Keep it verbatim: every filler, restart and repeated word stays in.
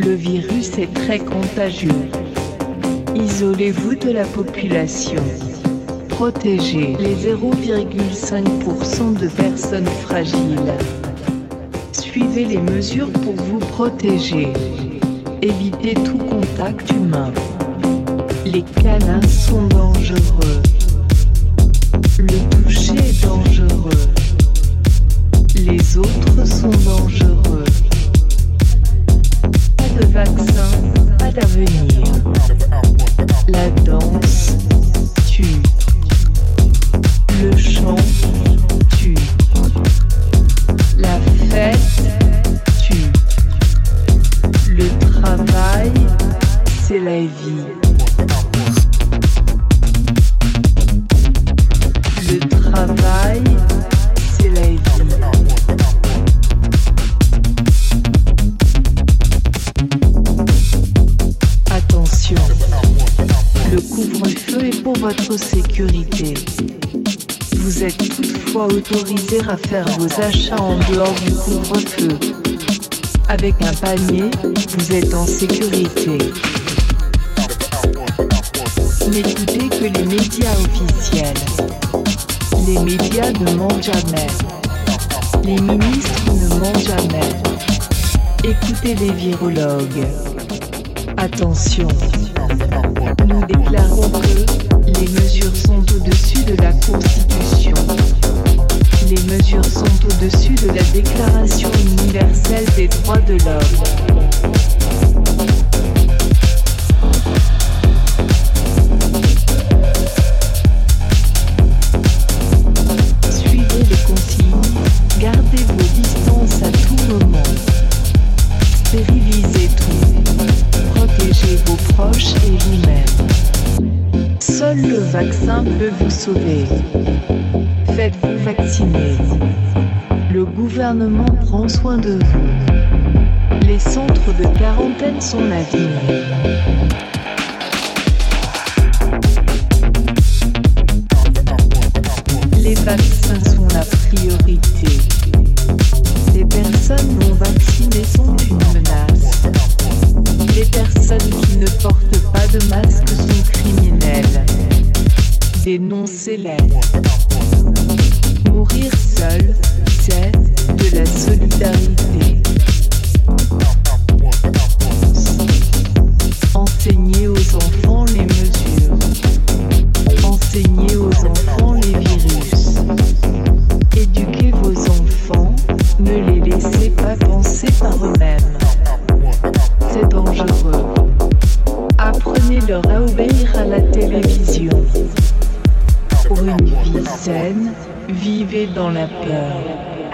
Le virus est très contagieux. Isolez-vous de la population. Protégez les zéro virgule cinq pour cent de personnes fragiles. Suivez les mesures pour vous protéger. Évitez tout contact humain. Les câlins sont dangereux. Le toucher est dangereux. Les autres sont dangereux. Pas de vaccin, pas d'avenir. La danse tue. Le chant tue. La fête tue. Le travail, c'est la vie. Le travail, c'est la vie. Attention, le couvre-feu est pour votre sécurité. Vous êtes toutefois autorisé à faire vos achats en dehors du couvre-feu. Avec un panier, vous êtes en sécurité. N'écoutez que les médias officiels. Les médias ne mentent jamais. Les ministres ne mentent jamais. Écoutez les virologues. Attention. Nous déclarons que les mesures sont au-dessus de la Constitution. Les mesures sont au-dessus de la Déclaration universelle des droits de l'homme. Suivez les consignes, gardez vos distances à tout moment. Stérilisez tout. Protégez vos proches et vous-même. Seul le vaccin peut vous sauver. Faites-vous vacciner. Le gouvernement prend soin de vous. Les centres de quarantaine sont l'avenir. Les vaccins sont la priorité. Les personnes non vaccinées sont une menace. Les personnes qui ne portent pas de masque sont criminelles. Dénoncez-les. Mourir seul, c'est de la solidarité. Enseignez aux enfants les mesures. Enseignez aux enfants les virus. Éduquez vos enfants, ne les laissez pas penser par eux-mêmes. C'est dangereux. Apprenez-leur à obéir à la télévision. Pour une vie saine, vivez dans la peur.